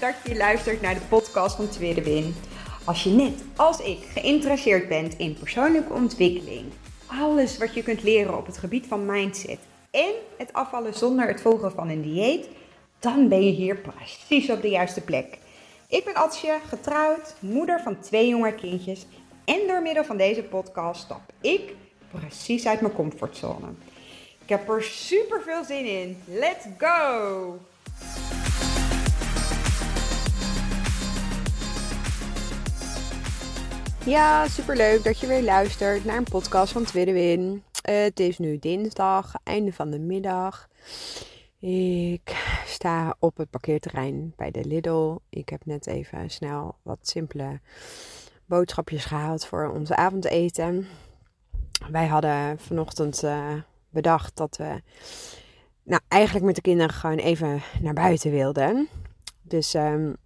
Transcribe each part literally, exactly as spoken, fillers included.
dat je luistert naar de podcast van Tweede Win. Als je net als ik geïnteresseerd bent in persoonlijke ontwikkeling, alles wat je kunt leren op het gebied van mindset en het afvallen zonder het volgen van een dieet, dan ben je hier precies op de juiste plek. Ik ben Atsje, getrouwd, moeder van twee jonge kindjes en door middel van deze podcast stap ik precies uit mijn comfortzone. Ik heb er super veel zin in. Let's go! Ja, superleuk dat je weer luistert naar een podcast van Tweede Win. Uh, het is nu dinsdag, einde van de middag. Ik sta op het parkeerterrein bij de Lidl. Ik heb net even snel wat simpele boodschapjes gehaald voor ons avondeten. Wij hadden vanochtend uh, bedacht dat we nou, eigenlijk met de kinderen gewoon even naar buiten wilden. Dus um,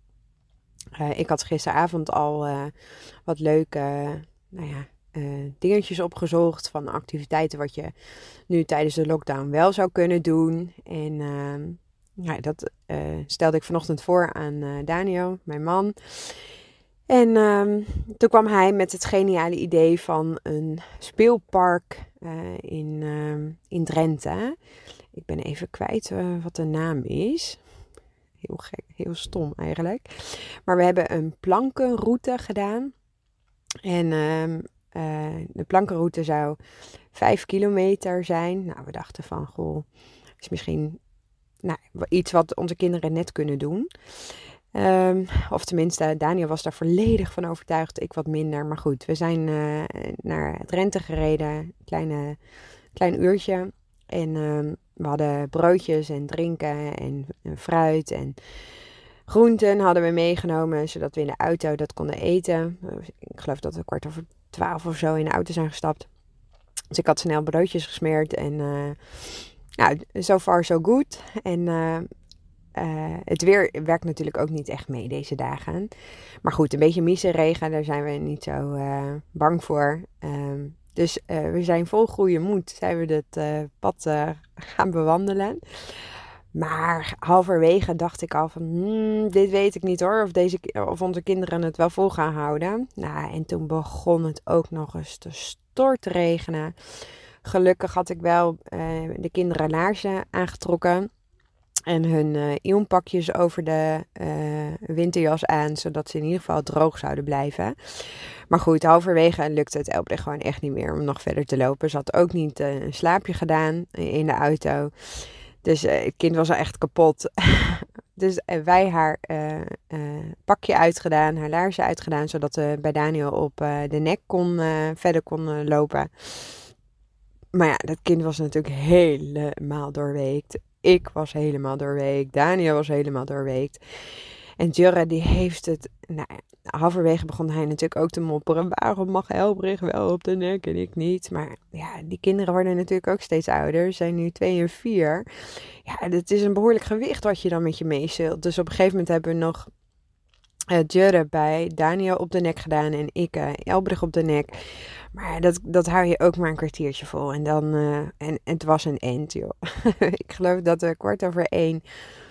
uh, ik had gisteravond al uh, wat leuke uh, nou ja, uh, dingetjes opgezocht van activiteiten wat je nu tijdens de lockdown wel zou kunnen doen. En uh, ja, dat uh, stelde ik vanochtend voor aan uh, Daniel, mijn man. En um, toen kwam hij met het geniale idee van een speelpark uh, in, uh, in Drenthe. Ik ben even kwijt uh, wat de naam is. Heel gek, heel stom eigenlijk. Maar we hebben een plankenroute gedaan. En uh, uh, de plankenroute zou vijf kilometer zijn. Nou, we dachten van, goh, is misschien nou, iets wat onze kinderen net kunnen doen. Um, of tenminste, Daniel was daar volledig van overtuigd, ik wat minder. Maar goed, we zijn uh, naar Drenthe gereden, een kleine, klein uurtje. En um, we hadden broodjes en drinken en, en fruit en groenten hadden we meegenomen, zodat we in de auto dat konden eten. Ik geloof dat we kwart over twaalf of zo in de auto zijn gestapt. Dus ik had snel broodjes gesmeerd en uh, nou, so far so good. En uh, Uh, het weer werkt natuurlijk ook niet echt mee deze dagen. Maar goed, een beetje miseregen, daar zijn we niet zo uh, bang voor. Um, dus uh, we zijn vol goede moed, zijn we dit uh, pad uh, gaan bewandelen. Maar halverwege dacht ik al van, hmm, dit weet ik niet hoor, of, deze, of onze kinderen het wel vol gaan houden. Nou, en toen begon het ook nog eens te stortregenen. Gelukkig had ik wel uh, de kinderen laarzen aangetrokken. En hun uh, ionpakjes over de uh, winterjas aan, zodat ze in ieder geval droog zouden blijven. Maar goed, halverwege lukte het Elbrich gewoon echt niet meer om nog verder te lopen. Ze had ook niet uh, een slaapje gedaan in de auto. Dus uh, het kind was al echt kapot. Dus uh, wij haar uh, uh, pakje uitgedaan, haar laarzen uitgedaan, zodat ze bij Daniel op uh, de nek kon, uh, verder kon uh, lopen. Maar ja, dat kind was natuurlijk helemaal doorweekt. Ik was helemaal doorweekt. Daniel was helemaal doorweekt. En Jurre die heeft het... Nou, halverwege begon hij natuurlijk ook te mopperen. Waarom mag Elbrich wel op de nek en ik niet? Maar ja, die kinderen worden natuurlijk ook steeds ouder. Ze zijn nu twee en vier. Ja, dat is een behoorlijk gewicht wat je dan met je meezult. Dus op een gegeven moment hebben we nog... Uh, Jurre bij Daniel op de nek gedaan en ik uh, Elbrich op de nek. Maar dat, dat hou je ook maar een kwartiertje vol. En dan, uh, en, en het was een end, joh. Ik geloof dat we kwart over één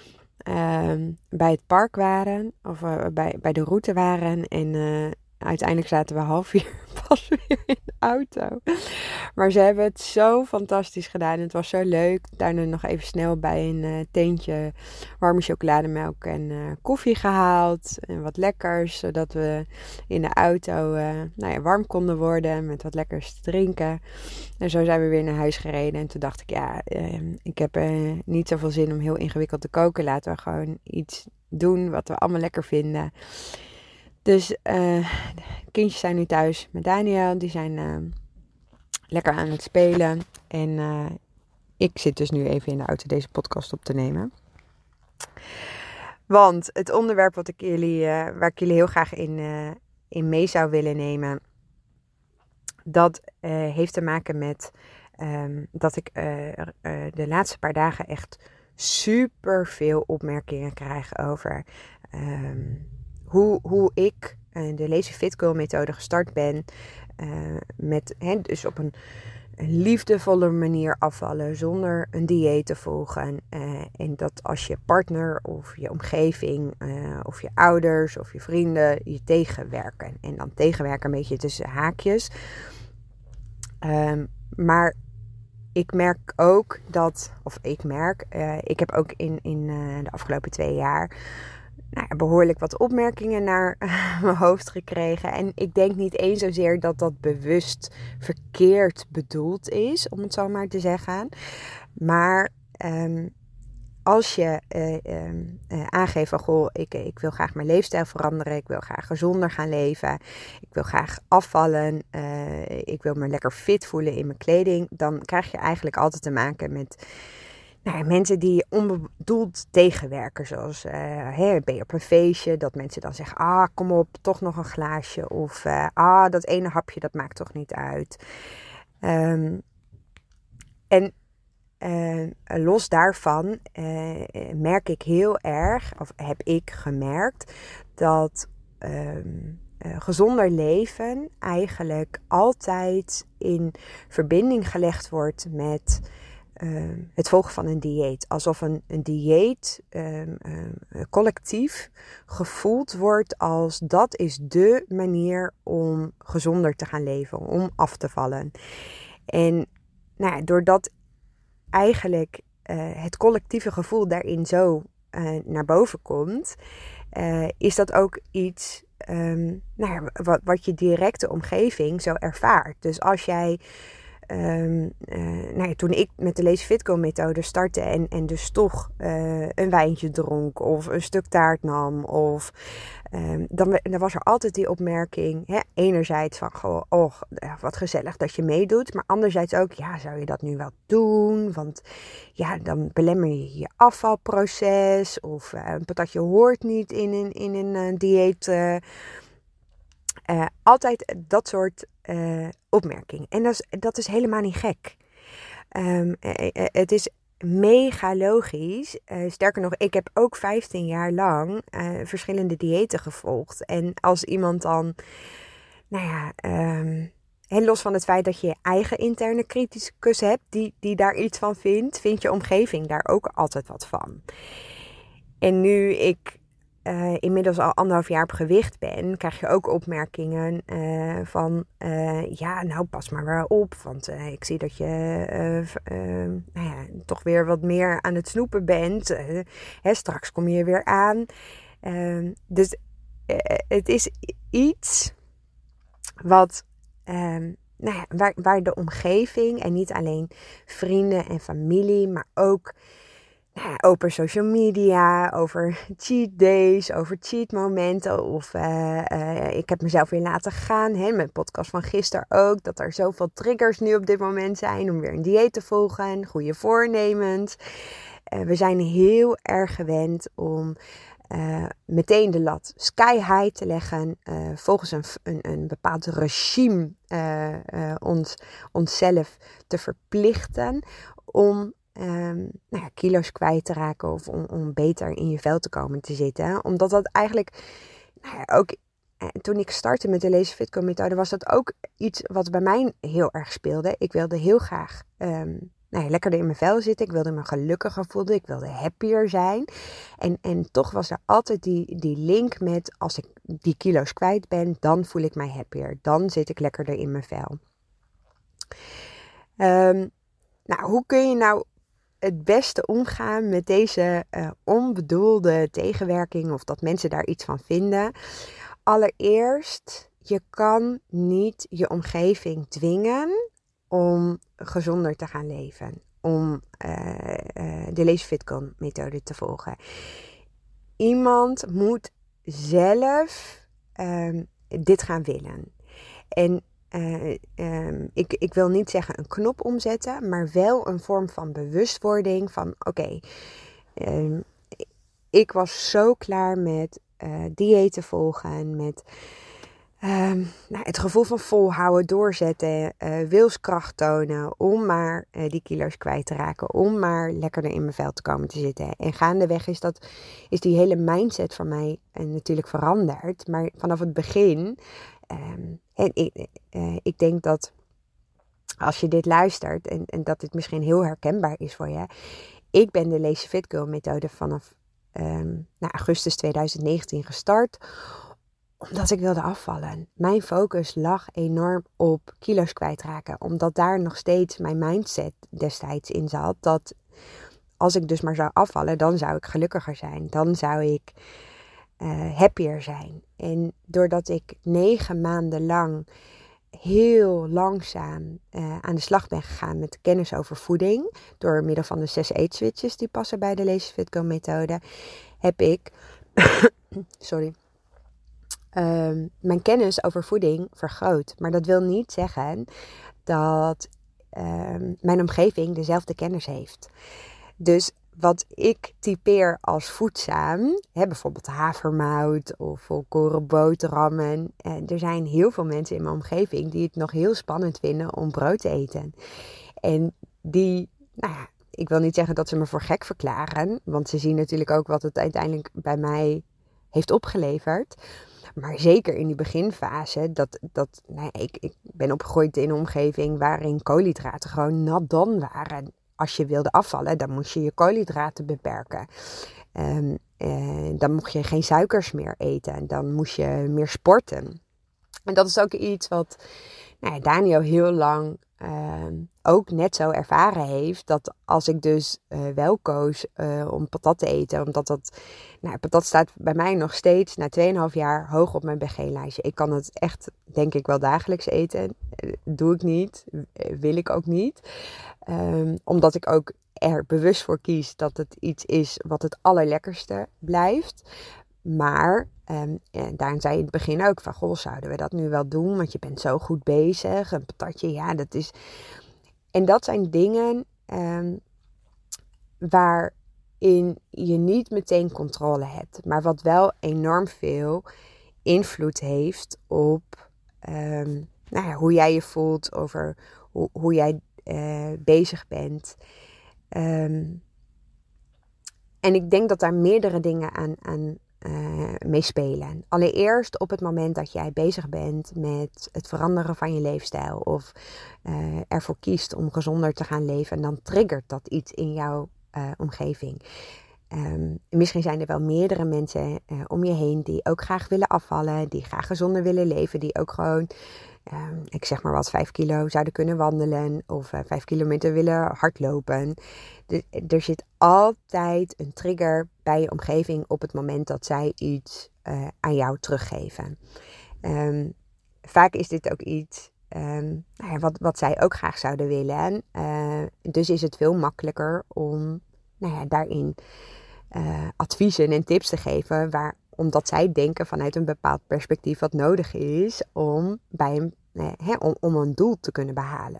uh, bij het park waren. Of uh, bij, bij de route waren. En uh, uiteindelijk zaten we half vier pas weer in de auto. Maar ze hebben het zo fantastisch gedaan. Het was zo leuk. Daarna nog even snel bij een uh, teentje warme chocolademelk en uh, koffie gehaald. En wat lekkers. Zodat we in de auto uh, nou ja, warm konden worden. Met wat lekkers te drinken. En zo zijn we weer naar huis gereden. En toen dacht ik, ja, uh, ik heb uh, niet zoveel zin om heel ingewikkeld te koken. Laten we gewoon iets doen wat we allemaal lekker vinden. Dus uh, de kindjes zijn nu thuis met Daniel. Die zijn uh, lekker aan het spelen. En uh, ik zit dus nu even in de auto deze podcast op te nemen. Want het onderwerp wat ik jullie, uh, waar ik jullie heel graag in, uh, in mee zou willen nemen. Dat uh, heeft te maken met um, dat ik uh, uh, de laatste paar dagen echt super veel opmerkingen krijg over... Um, Hoe, hoe ik uh, de Lazy Fit Girl methode gestart ben. Uh, met, he, dus op een een liefdevolle manier afvallen zonder een dieet te volgen. Uh, en dat als je partner of je omgeving uh, of je ouders of je vrienden je tegenwerken. En dan tegenwerken een beetje tussen haakjes. Um, maar ik merk ook dat, of ik merk, uh, ik heb ook in, in uh, de afgelopen twee jaar nou, behoorlijk wat opmerkingen naar uh, mijn hoofd gekregen. En ik denk niet eens zozeer dat dat bewust verkeerd bedoeld is, om het zo maar te zeggen. Maar um, als je uh, um, uh, aangeeft van, goh, ik, ik wil graag mijn leefstijl veranderen. Ik wil graag gezonder gaan leven. Ik wil graag afvallen. Uh, ik wil me lekker fit voelen in mijn kleding. Dan krijg je eigenlijk altijd te maken met nou ja, mensen die onbedoeld tegenwerken. Zoals, uh, hey, ben je op een feestje, dat mensen dan zeggen, ah, kom op, toch nog een glaasje. Of, uh, ah, dat ene hapje, dat maakt toch niet uit. Um, en uh, los daarvan uh, merk ik heel erg, of heb ik gemerkt, dat um, uh, gezonder leven eigenlijk altijd in verbinding gelegd wordt met Uh, het volgen van een dieet. Alsof een, een dieet um, um, collectief gevoeld wordt als dat is dé manier om gezonder te gaan leven, om af te vallen. En nou ja, doordat eigenlijk uh, het collectieve gevoel daarin zo uh, naar boven komt, uh, is dat ook iets um, nou ja, wat, wat je directe omgeving zo ervaart. Dus als jij Um, uh, nou ja, toen ik met de Lazy Fit Girl methode startte en, en dus toch uh, een wijntje dronk of een stuk taart nam, of um, dan, dan was er altijd die opmerking, hè, enerzijds van, goh, oh, wat gezellig dat je meedoet, maar anderzijds ook, ja, zou je dat nu wel doen? Want ja, dan belemmer je je afvalproces, of uh, een patatje hoort niet in een, in een uh, dieet. Uh, uh, altijd dat soort Uh, opmerking. En dat is, dat is helemaal niet gek. Um, uh, uh, het is mega logisch. Uh, sterker nog, ik heb ook vijftien jaar lang uh, verschillende diëten gevolgd. En als iemand dan, nou ja, um, en los van het feit dat je je eigen interne criticus hebt, die, die daar iets van vindt, vindt je omgeving daar ook altijd wat van. En nu ik Uh, inmiddels al anderhalf jaar op gewicht ben, krijg je ook opmerkingen uh, van, uh, ja, nou pas maar weer op, want uh, ik zie dat je uh, uh, nou ja, toch weer wat meer aan het snoepen bent. Uh, hè, straks kom je weer aan. Uh, dus uh, het is iets wat, uh, nou ja, waar, waar de omgeving en niet alleen vrienden en familie, maar ook Nou ja, over social media, over cheat days, over cheat momenten. Of uh, uh, ik heb mezelf weer laten gaan. Hè, mijn podcast van gisteren ook. Dat er zoveel triggers nu op dit moment zijn om weer een dieet te volgen. Goede voornemens. Uh, we zijn heel erg gewend om uh, meteen de lat sky high te leggen. Uh, volgens een, een, een bepaald regime uh, uh, ons, onszelf te verplichten om Um, nou ja, kilo's kwijt te raken of om, om beter in je vel te komen te zitten. Omdat dat eigenlijk, nou ja, ook eh, toen ik startte met de Lazy Fit Girl methode, was dat ook iets wat bij mij heel erg speelde. Ik wilde heel graag um, nou ja, lekkerder in mijn vel zitten. Ik wilde me gelukkiger voelen. Ik wilde happier zijn. En, en toch was er altijd die, die link met, als ik die kilo's kwijt ben, dan voel ik mij happier. Dan zit ik lekkerder in mijn vel. Um, nou, hoe kun je nou het beste omgaan met deze uh, onbedoelde tegenwerking of dat mensen daar iets van vinden? Allereerst, je kan niet je omgeving dwingen om gezonder te gaan leven. Om uh, uh, de Lazy Fit Girl methode te volgen. Iemand moet zelf uh, dit gaan willen. En Uh, um, ik, ik wil niet zeggen een knop omzetten, maar wel een vorm van bewustwording van oké, okay, um, ik was zo klaar met uh, diëten volgen, met um, nou, het gevoel van volhouden, doorzetten, uh, wilskracht tonen om maar uh, die kilo's kwijt te raken, om maar lekkerder in mijn vel te komen te zitten. En gaandeweg is, dat, is die hele mindset van mij uh, natuurlijk veranderd, maar vanaf het begin Um, en ik, uh, ik denk dat als je dit luistert en, en dat dit misschien heel herkenbaar is voor je. Ik ben de Lazy Fit Girl methode vanaf um, nou, augustus tweeduizend negentien gestart. Omdat ik wilde afvallen. Mijn focus lag enorm op kilo's kwijtraken. Omdat daar nog steeds mijn mindset destijds in zat. Dat als ik dus maar zou afvallen, dan zou ik gelukkiger zijn. Dan zou ik uh, happier zijn. En doordat ik negen maanden lang heel langzaam uh, aan de slag ben gegaan met kennis over voeding. Door middel van de zes eetswitches die passen bij de Lazy Fit Girl methode. Heb ik... sorry... Um, mijn kennis over voeding vergroot. Maar dat wil niet zeggen dat um, mijn omgeving dezelfde kennis heeft. Dus wat ik typeer als voedzaam, hè, bijvoorbeeld havermout of volkoren boterhammen. Eh, er zijn heel veel mensen in mijn omgeving die het nog heel spannend vinden om brood te eten. En die, nou ja, ik wil niet zeggen dat ze me voor gek verklaren. Want ze zien natuurlijk ook wat het uiteindelijk bij mij heeft opgeleverd. Maar zeker in die beginfase, dat, dat, nou ja, ik, ik ben opgegroeid in een omgeving waarin koolhydraten gewoon nat dan waren. Als je wilde afvallen, dan moest je je koolhydraten beperken. Um, eh, dan mocht je geen suikers meer eten. Dan moest je meer sporten. En dat is ook iets wat nou ja, Daniel heel lang uh, ook net zo ervaren heeft. Dat als ik dus uh, wel koos uh, om patat te eten. Omdat dat, nou, patat staat bij mij nog steeds na twee komma vijf jaar hoog op mijn B G-lijstje. Ik kan het echt, denk ik, wel dagelijks eten. Uh, doe ik niet. Uh, wil ik ook niet. Um, omdat ik ook er bewust voor kies dat het iets is wat het allerlekkerste blijft. Maar, um, en daarin zei je in het begin ook van, goh, zouden we dat nu wel doen? Want je bent zo goed bezig. Een patatje, ja, dat is... En dat zijn dingen um, waarin je niet meteen controle hebt. Maar wat wel enorm veel invloed heeft op um, nou ja, hoe jij je voelt, over hoe, hoe jij uh, bezig bent. Um, en ik denk dat daar meerdere dingen aan... aan Uh, meespelen. Allereerst op het moment dat jij bezig bent met het veranderen van je leefstijl of uh, ervoor kiest om gezonder te gaan leven, dan triggert dat iets in jouw uh, omgeving. Um, misschien zijn er wel meerdere mensen uh, om je heen die ook graag willen afvallen, die graag gezonder willen leven, die ook gewoon, um, ik zeg maar wat, vijf kilo zouden kunnen wandelen of uh, vijf kilometer willen hardlopen. De, er zit altijd een trigger bij je omgeving op het moment dat zij iets uh, aan jou teruggeven. Um, vaak is dit ook iets um, nou ja, wat, wat zij ook graag zouden willen. Uh, dus is het veel makkelijker om nou ja, daarin uh, adviezen en tips te geven, waar, omdat zij denken vanuit een bepaald perspectief wat nodig is om, bij een, uh, hè, om, om een doel te kunnen behalen.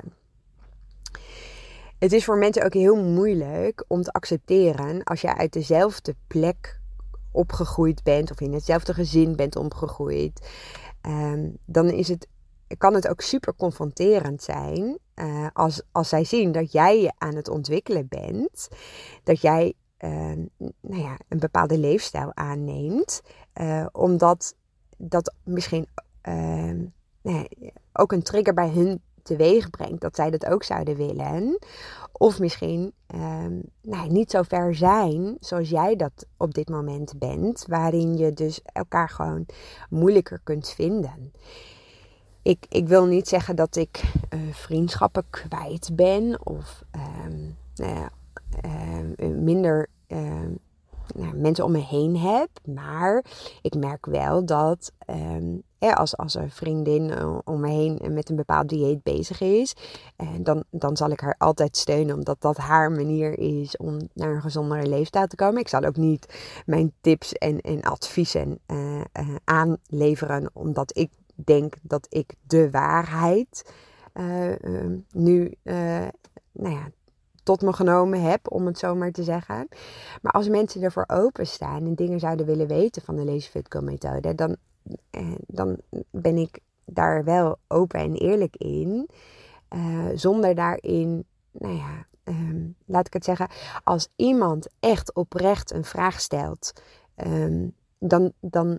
Het is voor mensen ook heel moeilijk om te accepteren als je uit dezelfde plek opgegroeid bent of in hetzelfde gezin bent opgegroeid. Um, dan is het, kan het ook super confronterend zijn uh, als, als zij zien dat jij je aan het ontwikkelen bent. Dat jij uh, nou ja, een bepaalde leefstijl aanneemt. Uh, omdat dat misschien uh, nou ja, ook een trigger bij hun teweeg brengt, dat zij dat ook zouden willen. Of misschien um, nou, niet zo ver zijn zoals jij dat op dit moment bent, waarin je dus elkaar gewoon moeilijker kunt vinden. Ik, ik wil niet zeggen dat ik uh, vriendschappen kwijt ben of um, uh, uh, minder uh, nou, mensen om me heen heb. Maar ik merk wel dat um, ja, als, als een vriendin uh, om me heen met een bepaald dieet bezig is, uh, dan, dan zal ik haar altijd steunen, omdat dat haar manier is om naar een gezondere leefstijl te komen. Ik zal ook niet mijn tips en, en adviezen uh, uh, aanleveren, omdat ik denk dat ik de waarheid uh, uh, nu uh, nou ja, tot me genomen heb, om het zo maar te zeggen. Maar als mensen ervoor openstaan en dingen zouden willen weten van de Lazy Fit Girl methode, dan, eh, dan ben ik daar wel open en eerlijk in. Uh, zonder daarin, nou ja, um, laat ik het zeggen, als iemand echt oprecht een vraag stelt, um, dan, dan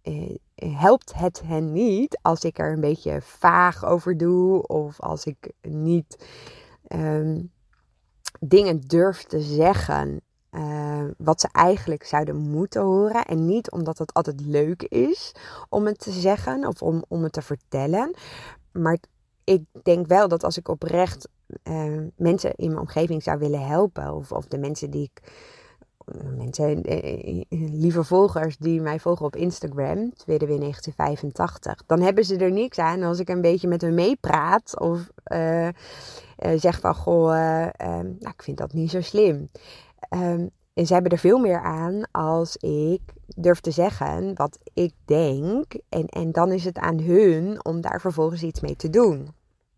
uh, helpt het hen niet als ik er een beetje vaag over doe. Of als ik niet um, dingen durf te zeggen uh, wat ze eigenlijk zouden moeten horen. En niet omdat het altijd leuk is om het te zeggen of om, om het te vertellen. Maar ik denk wel dat als ik oprecht uh, mensen in mijn omgeving zou willen helpen. Of, of de mensen die ik... Mensen, uh, lieve volgers die mij volgen op Instagram, Tweede negentien vijfentachtig. Dan hebben ze er niks aan als ik een beetje met hen meepraat. Of uh, uh, zeg van, goh, uh, uh, nou, ik vind dat niet zo slim. Um, en ze hebben er veel meer aan als ik durf te zeggen wat ik denk. En, en dan is het aan hun om daar vervolgens iets mee te doen.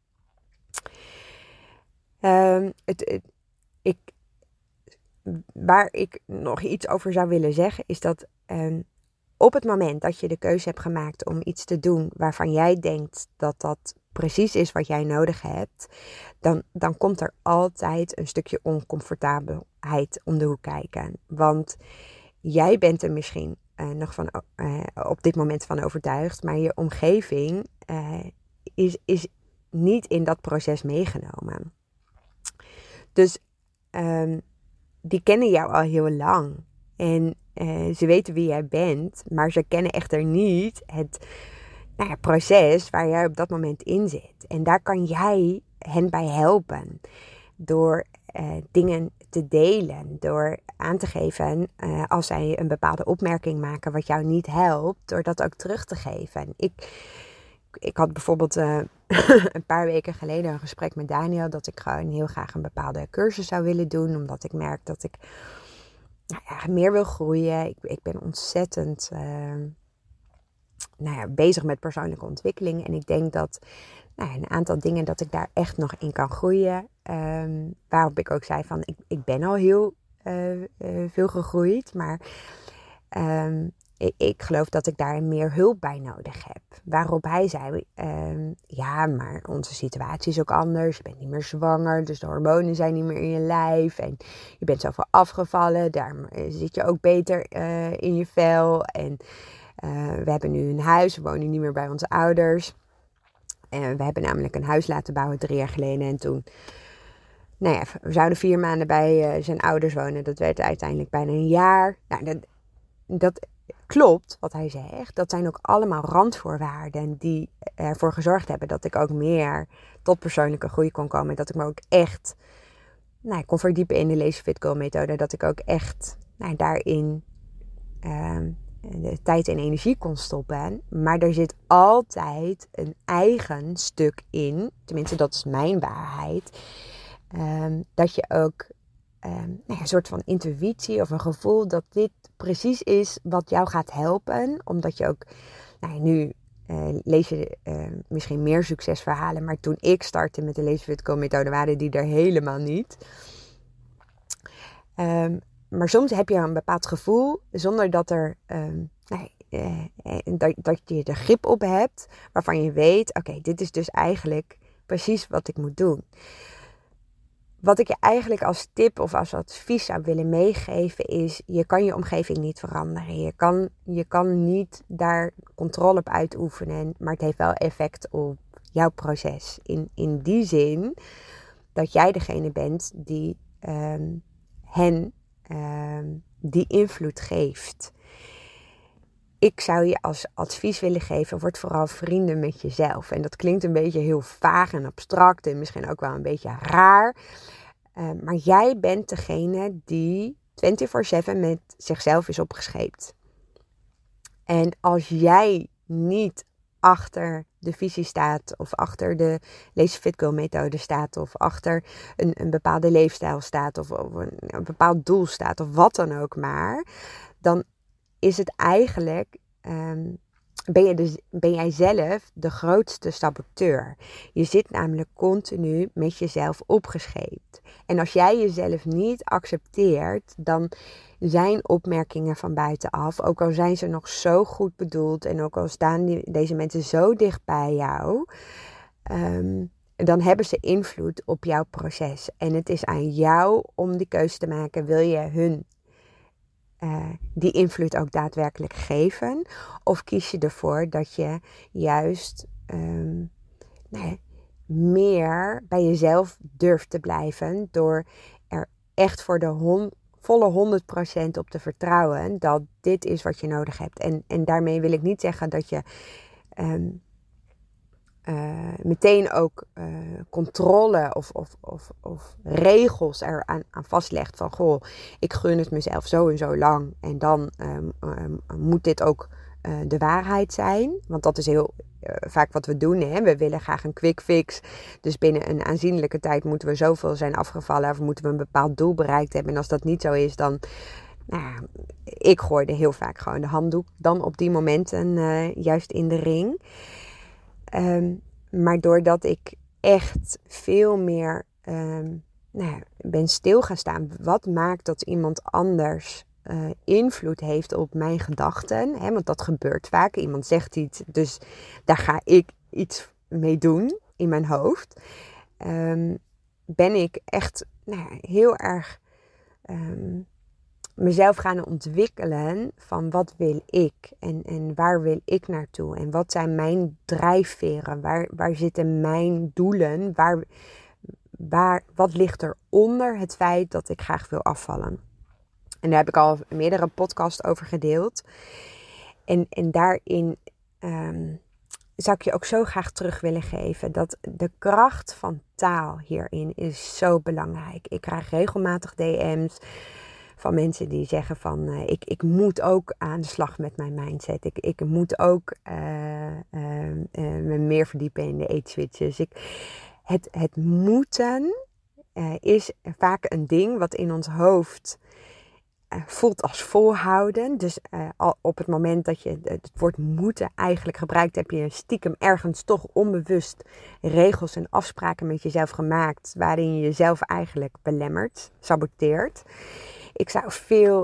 Um, het, het, ik, waar ik nog iets over zou willen zeggen is dat um, op het moment dat je de keuze hebt gemaakt om iets te doen waarvan jij denkt dat dat precies is wat jij nodig hebt, dan, dan komt er altijd een stukje oncomfortabelheid om de hoek kijken. Want jij bent er misschien uh, nog van, uh, op dit moment van overtuigd, maar je omgeving uh, is, is niet in dat proces meegenomen. Dus um, die kennen jou al heel lang. En uh, ze weten wie jij bent, maar ze kennen echter niet het nou ja, proces waar jij op dat moment in zit. En daar kan jij hen bij helpen. Door uh, dingen te delen. Door aan te geven uh, als zij een bepaalde opmerking maken wat jou niet helpt. Door dat ook terug te geven. Ik, ik had bijvoorbeeld uh, een paar weken geleden een gesprek met Daniel. Dat ik gewoon heel graag een bepaalde cursus zou willen doen. Omdat ik merk dat ik nou ja, meer wil groeien. Ik, ik ben ontzettend uh, nou ja, bezig met persoonlijke ontwikkeling. En ik denk dat nou ja, een aantal dingen dat ik daar echt nog in kan groeien. Um, waarop ik ook zei van ik, ik ben al heel uh, uh, veel gegroeid. Maar um, ik, ik geloof dat ik daar meer hulp bij nodig heb. Waarop hij zei, um, ja maar onze situatie is ook anders. Je bent niet meer zwanger, dus de hormonen zijn niet meer in je lijf. En je bent zoveel afgevallen, daar zit je ook beter uh, in je vel. En uh, we hebben nu een huis, we wonen niet meer bij onze ouders. En we hebben namelijk een huis laten bouwen drie jaar geleden. En toen, nou ja, we zouden vier maanden bij uh, zijn ouders wonen. Dat werd uiteindelijk bijna een jaar. Nou, dat, dat klopt wat hij zegt. Dat zijn ook allemaal randvoorwaarden die ervoor gezorgd hebben dat ik ook meer tot persoonlijke groei kon komen. Dat ik me ook echt, nou, ik kon verdiepen in de Lazy Fit Girl methode. Dat ik ook echt, nou, daarin Uh, de tijd en energie kon stoppen. Maar er zit altijd een eigen stuk in. Tenminste, dat is mijn waarheid. Um, dat je ook um, nou ja, een soort van intuïtie of een gevoel dat dit precies is wat jou gaat helpen. Omdat je ook, nou ja, nu uh, lees je uh, misschien meer succesverhalen. Maar toen ik startte met de Lazy Fit Girl methode waren die er helemaal niet. Um, Maar soms heb je een bepaald gevoel zonder dat, er, um, nee, eh, dat, dat je er grip op hebt. Waarvan je weet, oké, okay, dit is dus eigenlijk precies wat ik moet doen. Wat ik je eigenlijk als tip of als advies zou willen meegeven is, je kan je omgeving niet veranderen. Je kan, je kan niet daar controle op uitoefenen, maar het heeft wel effect op jouw proces. In, in die zin dat jij degene bent die um, hen Uh, die invloed geeft. Ik zou je als advies willen geven, word vooral vrienden met jezelf. En dat klinkt een beetje heel vaag en abstract en misschien ook wel een beetje raar. Uh, maar jij bent degene die vierentwintig zeven met zichzelf is opgescheept. En als jij niet achter de visie staat of achter de Lazy Fit Girl methode staat of achter een, een bepaalde leefstijl staat of, of een, een bepaald doel staat of wat dan ook maar, dan is het eigenlijk, um, ben, je dus, ben jij zelf de grootste saboteur. Je zit namelijk continu met jezelf opgescheept. En als jij jezelf niet accepteert, dan zijn opmerkingen van buitenaf, ook al zijn ze nog zo goed bedoeld en ook al staan die, deze mensen zo dicht bij jou, um, dan hebben ze invloed op jouw proces. En het is aan jou om die keuze te maken. Wil je hun uh, die invloed ook daadwerkelijk geven? Of kies je ervoor dat je juist um, nou ja, meer bij jezelf durft te blijven door er echt voor de hon- volle honderd procent op te vertrouwen dat dit is wat je nodig hebt. En, en daarmee wil ik niet zeggen dat je um, uh, meteen ook uh, controle of, of, of, of regels eraan aan vastlegt. Van goh, ik gun het mezelf zo en zo lang. En dan um, um, moet dit ook uh, de waarheid zijn. Want dat is heel uh, vaak wat we doen. Hè? We willen graag een quick fix. Dus binnen een aanzienlijke tijd moeten we zoveel zijn afgevallen. Of moeten we een bepaald doel bereikt hebben. En als dat niet zo is, dan... Nou ja, ik gooide heel vaak gewoon de handdoek dan op die momenten uh, juist in de ring. Um, maar doordat ik echt veel meer um, nou ja, ben stil gaan staan. Wat maakt dat iemand anders uh, invloed heeft op mijn gedachten? Hè? Want dat gebeurt vaak. Iemand zegt iets, dus daar ga ik iets mee doen in mijn hoofd. Um, ben ik echt nou ja, heel erg... Um, mezelf gaan ontwikkelen van wat wil ik en, en waar wil ik naartoe en wat zijn mijn drijfveren, waar, waar zitten mijn doelen, waar, waar, wat ligt er onder het feit dat ik graag wil afvallen. En daar heb ik al meerdere podcasts over gedeeld. En, en daarin um, zou ik je ook zo graag terug willen geven dat de kracht van taal hierin is zo belangrijk. Ik krijg regelmatig D M's van mensen die zeggen van uh, ik, ik moet ook aan de slag met mijn mindset. Ik, ik moet ook uh, uh, uh, me meer verdiepen in de eat switches. Ik, het, het moeten uh, is vaak een ding wat in ons hoofd uh, voelt als volhouden. Dus uh, al op het moment dat je het woord moeten eigenlijk gebruikt, heb je stiekem ergens toch onbewust regels en afspraken met jezelf gemaakt waarin je jezelf eigenlijk belemmert, saboteert. Ik zou veel...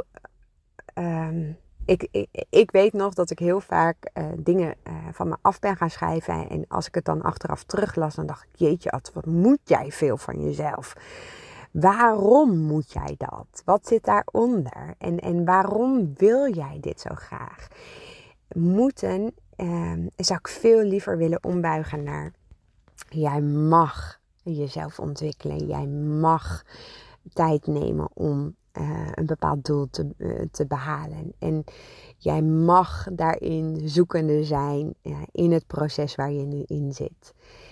Um, ik, ik, ik weet nog dat ik heel vaak uh, dingen uh, van me af ben gaan schrijven. En als ik het dan achteraf teruglas, dan dacht ik... Jeetje, Ad, wat moet jij veel van jezelf? Waarom moet jij dat? Wat zit daaronder? En, en waarom wil jij dit zo graag? Moeten um, zou ik veel liever willen ombuigen naar... Jij mag jezelf ontwikkelen. Jij mag tijd nemen om... Uh, een bepaald doel te, uh, te behalen. En jij mag daarin zoekende zijn uh, in het proces waar je nu in zit.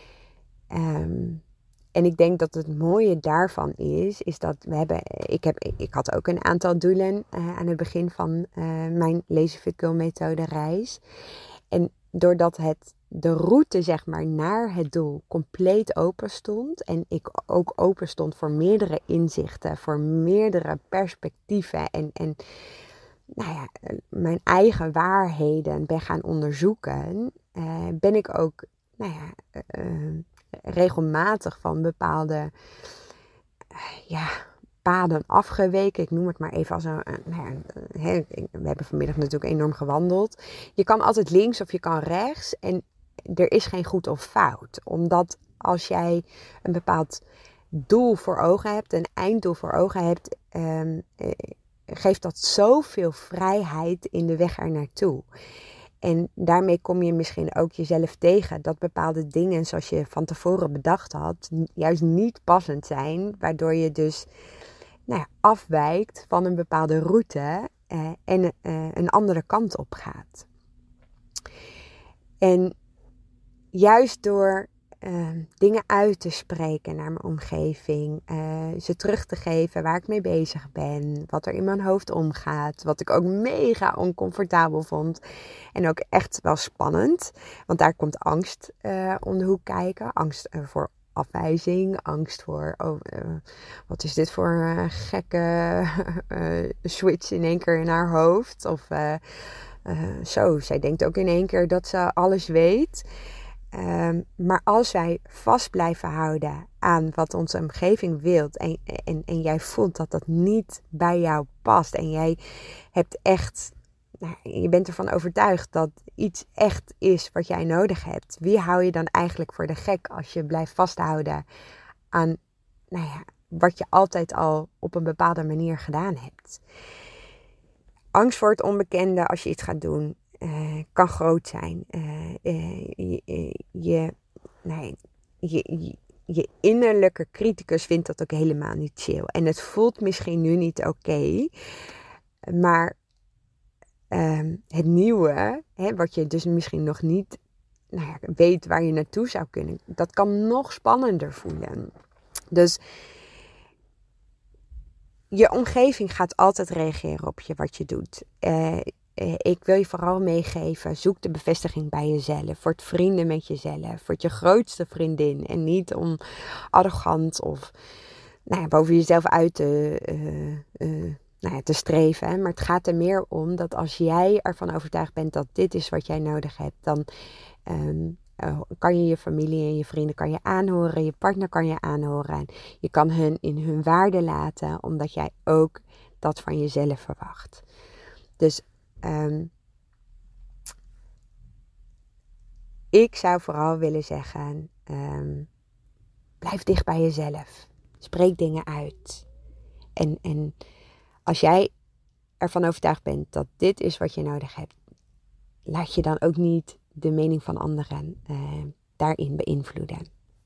Um, en ik denk dat het mooie daarvan is, is dat we hebben, ik, heb, ik had ook een aantal doelen uh, aan het begin van uh, mijn Lazy Fit Girl methode reis. En doordat het de route zeg maar naar het doel compleet open stond. En ik ook open stond voor meerdere inzichten, voor meerdere perspectieven. En, en nou ja, mijn eigen waarheden ben gaan onderzoeken. Uh, ben ik ook nou ja, uh, regelmatig van bepaalde uh, ja, paden afgeweken. Ik noem het maar even als een... een, nou ja, he, we hebben vanmiddag natuurlijk enorm gewandeld. Je kan altijd links of je kan rechts. En er is geen goed of fout. Omdat als jij een bepaald doel voor ogen hebt, een einddoel voor ogen hebt, um, geeft dat zoveel vrijheid in de weg er naartoe. En daarmee kom je misschien ook jezelf tegen dat bepaalde dingen zoals je van tevoren bedacht had, juist niet passend zijn, waardoor je dus nou ja, afwijkt van een bepaalde route uh, en uh, een andere kant op gaat. En juist door uh, dingen uit te spreken naar mijn omgeving, uh, ze terug te geven waar ik mee bezig ben, wat er in mijn hoofd omgaat, wat ik ook mega oncomfortabel vond en ook echt wel spannend, want daar komt angst uh, om de hoek kijken, angst uh, voor afwijzing, angst voor, oh, uh, wat is dit voor uh, gekke uh, switch in één keer in haar hoofd, of uh, uh, zo, zij denkt ook in één keer dat ze alles weet. Um, maar als wij vast blijven houden aan wat onze omgeving wil en, en, en jij voelt dat dat niet bij jou past en jij hebt echt, nou, je bent ervan overtuigd dat iets echt is wat jij nodig hebt. Wie hou je dan eigenlijk voor de gek als je blijft vasthouden aan nou ja, wat je altijd al op een bepaalde manier gedaan hebt? angst voor het onbekende als je iets gaat doen uh, kan groot zijn. Uh, uh, je, je, nee, je, je, je innerlijke criticus vindt dat ook helemaal niet chill. En het voelt misschien nu niet oké. Okay, maar um, het nieuwe, hè, wat je dus misschien nog niet nou ja, weet waar je naartoe zou kunnen, dat kan nog spannender voelen. Dus je omgeving gaat altijd reageren op je wat je doet. Uh, uh, ik wil je vooral meegeven, zoek de bevestiging bij jezelf. Word vrienden met jezelf. Word je grootste vriendin. En niet om arrogant of nou ja, boven jezelf uit te, uh, uh, nou ja, te streven. Hè. Maar het gaat er meer om dat als jij ervan overtuigd bent dat dit is wat jij nodig hebt, dan Um, uh, kan je je familie en je vrienden kan je aanhoren. Je partner kan je aanhoren. En je kan hen in hun waarde laten. Omdat jij ook dat van jezelf verwacht. Dus um, ik zou vooral willen zeggen. Um, blijf dicht bij jezelf. Spreek dingen uit. En, en als jij ervan overtuigd bent dat dit is wat je nodig hebt. Laat je dan ook niet de mening van anderen uh, daarin beïnvloeden.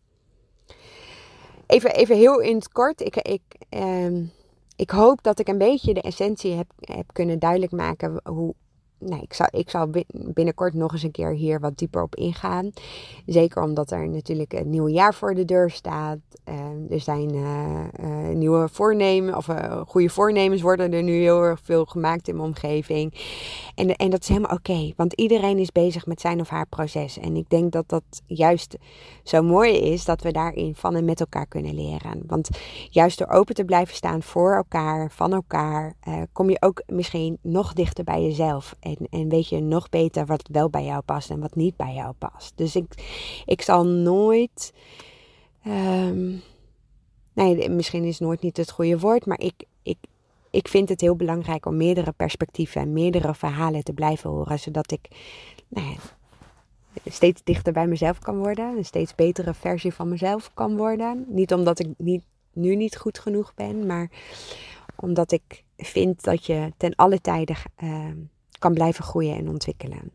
Even, even heel in het kort. Ik, ik, um, ik hoop dat ik een beetje de essentie heb, heb kunnen duidelijk maken. Hoe, nou, ik, zal, ik zal binnenkort nog eens een keer hier wat dieper op ingaan. Zeker omdat er natuurlijk een nieuw jaar voor de deur staat. Uh, er zijn uh, uh, nieuwe voornemens, of uh, goede voornemens worden er nu heel erg veel gemaakt in mijn omgeving. En, en dat is helemaal oké, okay, want iedereen is bezig met zijn of haar proces. En ik denk dat dat juist zo mooi is, dat we daarin van en met elkaar kunnen leren. Want juist door open te blijven staan voor elkaar, van elkaar, uh, kom je ook misschien nog dichter bij jezelf. En, en weet je nog beter wat wel bij jou past en wat niet bij jou past. Dus ik, ik zal nooit... Um, nee, misschien is nooit niet het goede woord, maar ik, ik, ik vind het heel belangrijk om meerdere perspectieven en meerdere verhalen te blijven horen, zodat ik nou ja, steeds dichter bij mezelf kan worden, een steeds betere versie van mezelf kan worden. Niet omdat ik niet, nu niet goed genoeg ben, maar omdat ik vind dat je ten alle tijde uh, kan blijven groeien en ontwikkelen.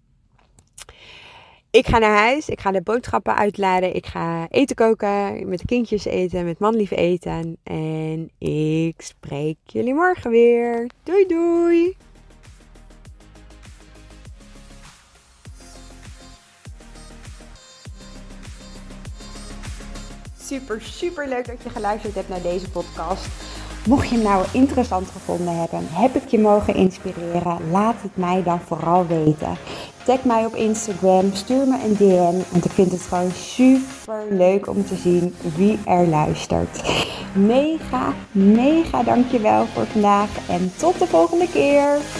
Ik ga naar huis, ik ga de boodschappen uitladen, ik ga eten koken, met de kindjes eten, met manlief eten. En ik spreek jullie morgen weer. Doei doei! Super, super leuk dat je geluisterd hebt naar deze podcast. Mocht je hem nou interessant gevonden hebben, heb ik je mogen inspireren, laat het mij dan vooral weten. Tag mij op Instagram, stuur me een D M, want ik vind het gewoon super leuk om te zien wie er luistert. Mega, mega dankjewel voor vandaag en tot de volgende keer.